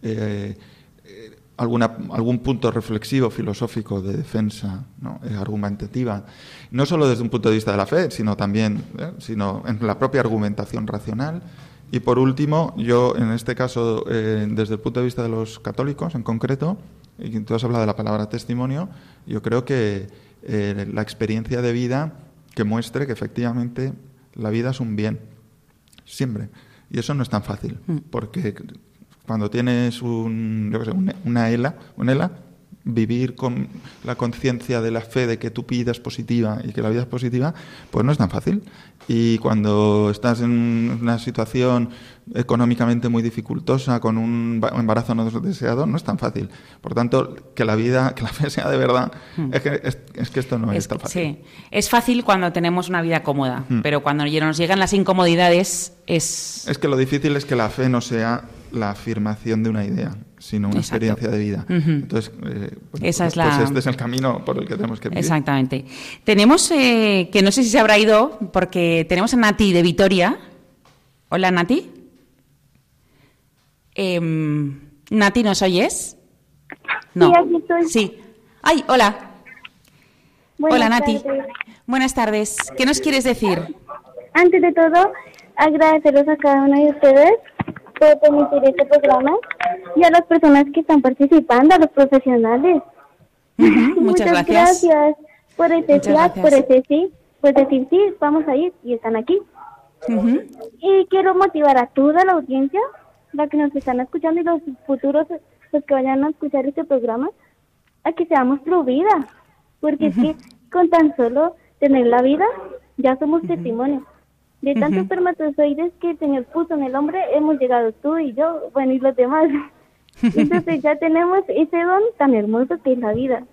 algún punto reflexivo, filosófico, de defensa, ¿no? Argumentativa, no solo desde un punto de vista de la fe, sino también sino en la propia argumentación racional. Y por último, yo en este caso, desde el punto de vista de los católicos en concreto, y tú has hablado de la palabra testimonio, yo creo que la experiencia de vida que muestre que efectivamente la vida es un bien, siempre. Y eso no es tan fácil, porque cuando tienes una ELA, vivir con la conciencia de la fe de que tu vida es positiva y que la vida es positiva, pues no es tan fácil. Y cuando estás en una situación económicamente muy dificultosa, con un embarazo no deseado, no es tan fácil. Por tanto, que la fe sea de verdad, es que esto no es tan fácil. Sí, es fácil cuando tenemos una vida cómoda, pero cuando nos llegan las incomodidades es... Es que lo difícil es que la fe no sea la afirmación de una idea, sino una experiencia de vida. Entonces, pues este es el camino por el que tenemos que vivir. Exactamente. Tenemos, que no sé si se habrá ido, porque tenemos a Nati de Vitoria. Hola, Nati. Nati, ¿nos oyes? No. Sí, aquí estoy. Sí. Ay, hola. Hola, Nati. Buenas tardes. ¿Qué nos quieres decir? Antes de todo, agradecerles a cada uno de ustedes por permitir este programa y a las personas que están participando, a los profesionales. Muchas gracias por ese por ese sí, por decir sí, vamos a ir y están aquí. Y quiero motivar a toda la audiencia, la que nos están escuchando y los futuros, los que vayan a escuchar este programa, a que seamos pro vida, porque es que con tan solo tener la vida ya somos testimonio. De tantos espermatozoides que el Señor puso en el hombre, hemos llegado tú y yo, bueno, y los demás. Entonces ya tenemos ese don tan hermoso que es la vida.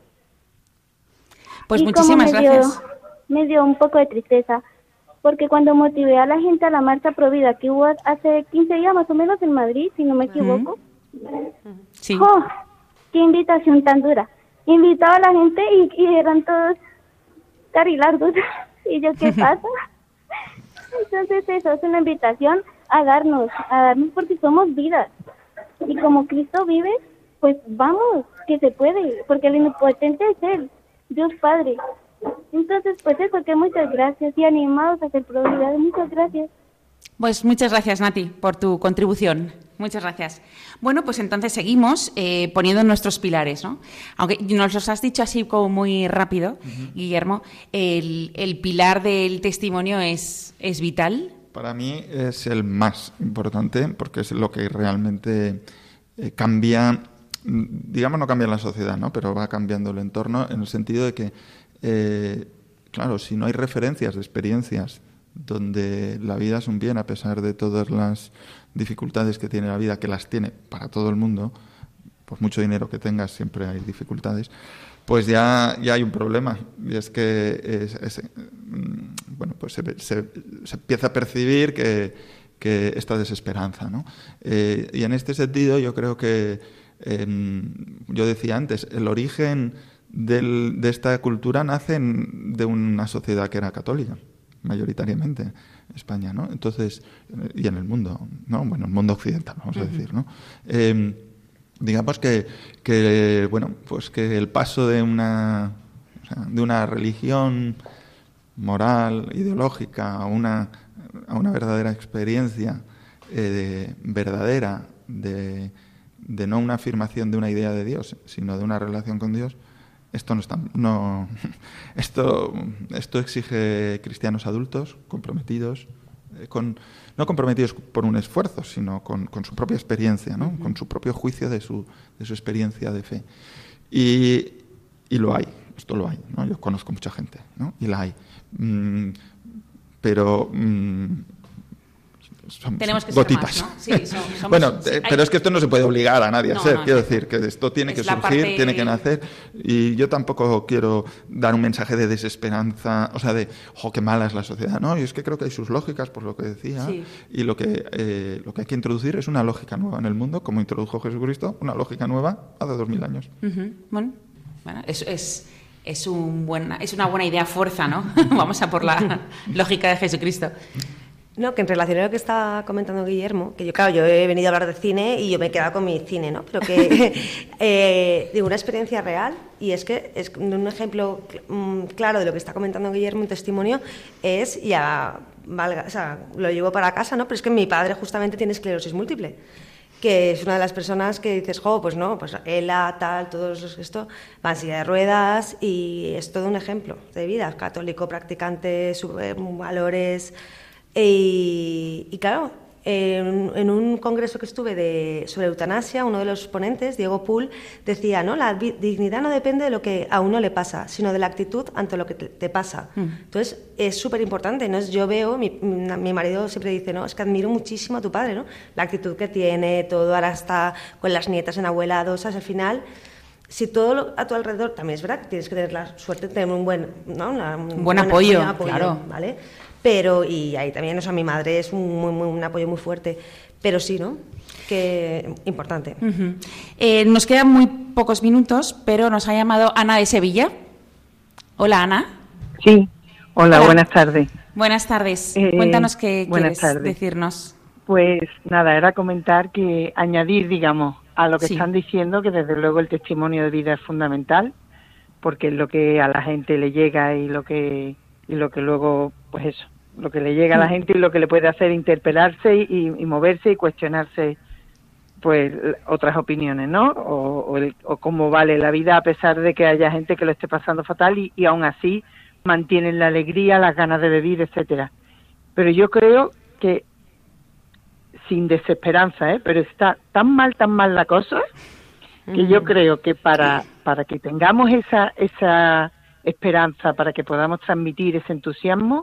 Pues y muchísimas gracias. Me dio un poco de tristeza, porque cuando motivé a la gente a la marcha pro vida que hubo hace 15 días más o menos en Madrid, si no me equivoco. Sí. ¡Oh! ¡Qué invitación tan dura! Invitaba a la gente y eran todos carilardos. Y yo, ¿qué pasa? Entonces eso es una invitación a darnos porque somos vidas. Y como Cristo vive, pues vamos, que se puede, porque el omnipotente es Él, Dios Padre. Entonces, pues eso, que muchas gracias y animados a hacer probidad. Muchas gracias. Pues muchas gracias, Nati, por tu contribución. Muchas gracias. Bueno, pues entonces seguimos poniendo nuestros pilares, ¿no? Aunque nos los has dicho así como muy rápido, Guillermo, el pilar del testimonio es vital. Para mí es el más importante porque es lo que realmente cambia, digamos no cambia la sociedad, ¿no? Pero va cambiando el entorno en el sentido de que, claro, si no hay referencias de experiencias donde la vida es un bien a pesar de todas las dificultades que tiene la vida, que las tiene para todo el mundo, por mucho dinero que tengas siempre hay dificultades, pues ya hay un problema, y es que bueno, pues se empieza a percibir que esta desesperanza, ¿no? Y en este sentido yo creo que yo decía antes, el origen de esta cultura nace de una sociedad que era católica, mayoritariamente en España, ¿no? Entonces, y en el mundo, ¿no? Bueno, el mundo occidental, vamos a decir, ¿no? Digamos que bueno, pues que el paso de una religión moral, ideológica, a una verdadera experiencia verdadera de no una afirmación de una idea de Dios, sino de una relación con Dios, esto no está, esto exige cristianos adultos, comprometidos, no comprometidos por un esfuerzo, sino con su propia experiencia, ¿no? Con su propio juicio de su experiencia de fe. Y lo hay, esto lo hay, ¿no? Yo conozco mucha gente, ¿no? Y la hay. Pero tenemos que gotitas. ser más, ¿no? Sí, somos, bueno, pero es que esto no se puede obligar a nadie a ser. Quiero decir que esto tiene que surgir, tiene que nacer. Y yo tampoco quiero dar un mensaje de desesperanza, o sea, de, qué mala es la sociedad. No, y es que creo que hay sus lógicas, por lo que decía. Sí. Y lo que hay que introducir es una lógica nueva en el mundo, como introdujo Jesucristo, una lógica nueva hace 2000 años. Bueno, es una buena idea fuerza, ¿no? Vamos a por la lógica de Jesucristo. No, que en relación a lo que está comentando Guillermo, que yo he venido a hablar de cine y yo me he quedado con mi cine, ¿no? Pero que digo, una experiencia real, y es que es un ejemplo claro de lo que está comentando Guillermo, un testimonio, es lo llevo para casa, ¿no? Pero es que mi padre justamente tiene esclerosis múltiple, que es una de las personas que dices, pues no, pues ELA, tal, todos esto, van en silla de ruedas, y es todo un ejemplo de vida, católico, practicante, valores. Y claro, en un congreso que estuve sobre eutanasia, uno de los ponentes, Diego Pool, decía, ¿no? La dignidad no depende de lo que a uno le pasa, sino de la actitud ante lo que te pasa. Entonces, es súper importante, ¿no? Yo veo, mi marido siempre dice, ¿no? Es que admiro muchísimo a tu padre, ¿no? La actitud que tiene, todo, ahora está con las nietas en abuelados, al final. Si todo a tu alrededor, también es verdad que tienes que tener la suerte de tener un buen apoyo, claro. ¿Vale? Pero, y ahí también, mi madre es un apoyo muy fuerte, pero sí, ¿no? Que importante. Nos quedan muy pocos minutos, pero nos ha llamado Ana de Sevilla. Hola, Ana. Sí, hola. Buenas tardes. Buenas tardes. Cuéntanos qué quieres decirnos. Pues nada, era añadir, digamos, a lo que están diciendo, que desde luego el testimonio de vida es fundamental, porque es lo que a la gente le llega y lo que luego, pues eso, lo que le llega a la gente y lo que le puede hacer interpelarse y moverse y cuestionarse, pues, otras opiniones, ¿no? O cómo vale la vida a pesar de que haya gente que lo esté pasando fatal y aún así mantienen la alegría, las ganas de vivir, etcétera. Pero yo creo que, sin desesperanza, pero está tan mal la cosa, que yo creo que para que tengamos esa esperanza, para que podamos transmitir ese entusiasmo,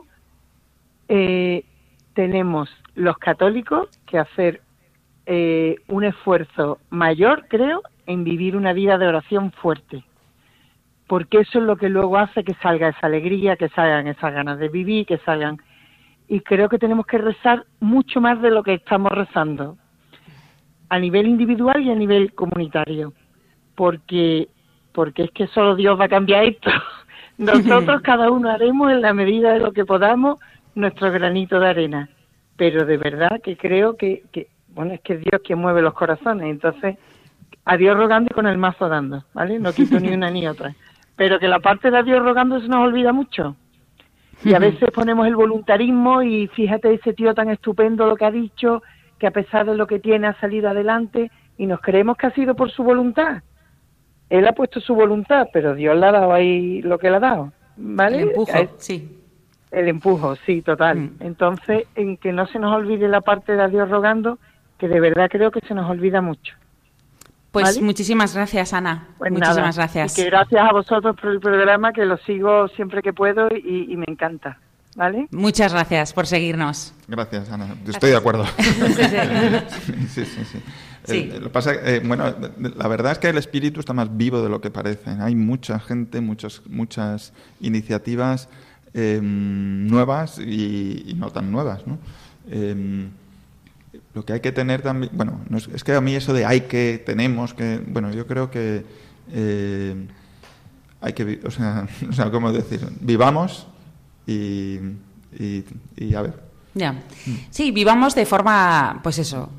tenemos los católicos que hacer un esfuerzo mayor, creo, en vivir una vida de oración fuerte, porque eso es lo que luego hace que salga esa alegría, que salgan esas ganas de vivir, que salgan. Y creo que tenemos que rezar mucho más de lo que estamos rezando, a nivel individual y a nivel comunitario, porque es que solo Dios va a cambiar esto. Nosotros cada uno haremos en la medida de lo que podamos nuestro granito de arena, pero de verdad que creo que es que es Dios quien mueve los corazones, entonces a Dios rogando y con el mazo dando, ¿vale? No quito ni una ni otra, pero que la parte de a Dios rogando se nos olvida mucho, y a veces ponemos el voluntarismo y fíjate ese tío tan estupendo lo que ha dicho, que a pesar de lo que tiene ha salido adelante, y nos creemos que ha sido por su voluntad. Él ha puesto su voluntad, pero Dios le ha dado ahí lo que le ha dado, ¿vale? El empujo, sí. El empujo, sí, total. Entonces, en que no se nos olvide la parte de a Dios rogando, que de verdad creo que se nos olvida mucho. Pues ¿vale? Muchísimas gracias, Ana. Pues muchísimas gracias. Y que gracias a vosotros por el programa, que lo sigo siempre que puedo y me encanta, ¿vale? Muchas gracias por seguirnos. Gracias, Ana. Estoy de acuerdo. Sí. Sí. Lo que pasa, la verdad es que el espíritu está más vivo de lo que parece. Hay mucha gente, muchas iniciativas nuevas y no tan nuevas, ¿no? Lo que hay que tener también, es que a mí eso de tenemos que, yo creo que hay que, o sea, ¿cómo decir? Vivamos y a ver. Ya. Sí, vivamos de forma, pues eso,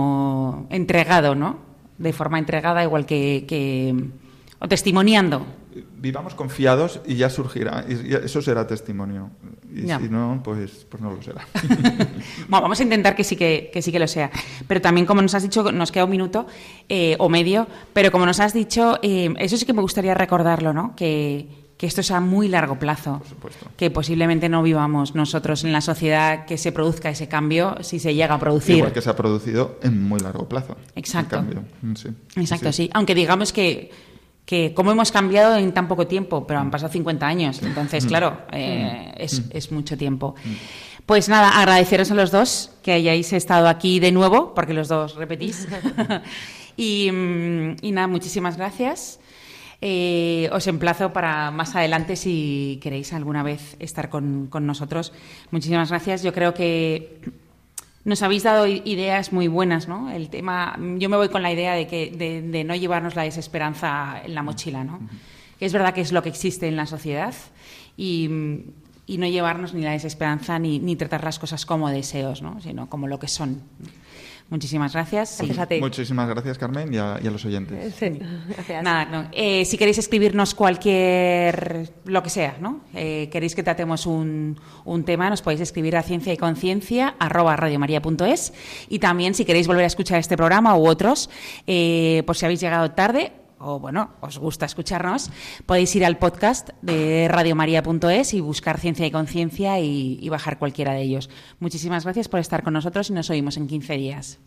como entregado, ¿no? De forma entregada, igual que o testimoniando. vivamos confiados y ya surgirá, y eso será testimonio. Y ya. si no, pues no lo será. Bueno, vamos a intentar que sí que lo sea. Pero también, como nos has dicho, nos queda un minuto o medio, pero como nos has dicho, eso sí que me gustaría recordarlo, ¿no? Que esto sea a muy largo plazo. Por supuesto. Que posiblemente no vivamos nosotros en la sociedad que se produzca ese cambio, si se llega a producir. Igual que se ha producido en muy largo plazo. Exacto. El cambio. Sí. Exacto, sí. Aunque digamos que cómo hemos cambiado en tan poco tiempo, pero han pasado 50 años. Entonces, claro, es mucho tiempo. Pues nada, agradeceros a los dos que hayáis estado aquí de nuevo, porque los dos repetís. y nada, muchísimas gracias. Os emplazo para más adelante si queréis alguna vez estar con nosotros. Muchísimas gracias. Yo creo que nos habéis dado ideas muy buenas, ¿no? El tema, yo me voy con la idea de no llevarnos la desesperanza en la mochila, ¿no? Que es verdad que es lo que existe en la sociedad y no llevarnos ni la desesperanza ni tratar las cosas como deseos, ¿no? Sino como lo que son. Muchísimas gracias. Gracias a ti. Muchísimas gracias, Carmen, y a los oyentes. Sí, gracias. Nada, no. Si queréis escribirnos lo que sea, ¿no? Queréis que tratemos un tema, nos podéis escribir a cienciayconciencia@radiomaria.es, y también si queréis volver a escuchar este programa u otros, por si habéis llegado tarde o bueno, os gusta escucharnos, podéis ir al podcast de radiomaria.es y buscar Ciencia y Conciencia y bajar cualquiera de ellos. Muchísimas gracias por estar con nosotros y nos oímos en 15 días.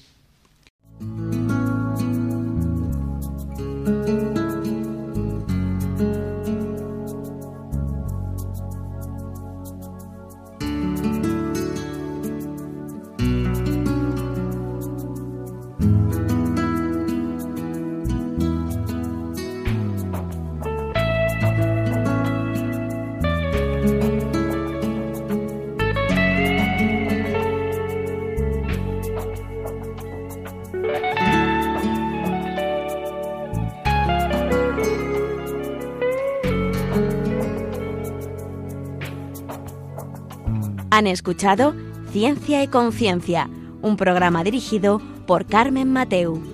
Han escuchado Ciencia y Conciencia, un programa dirigido por Carmen Mateu.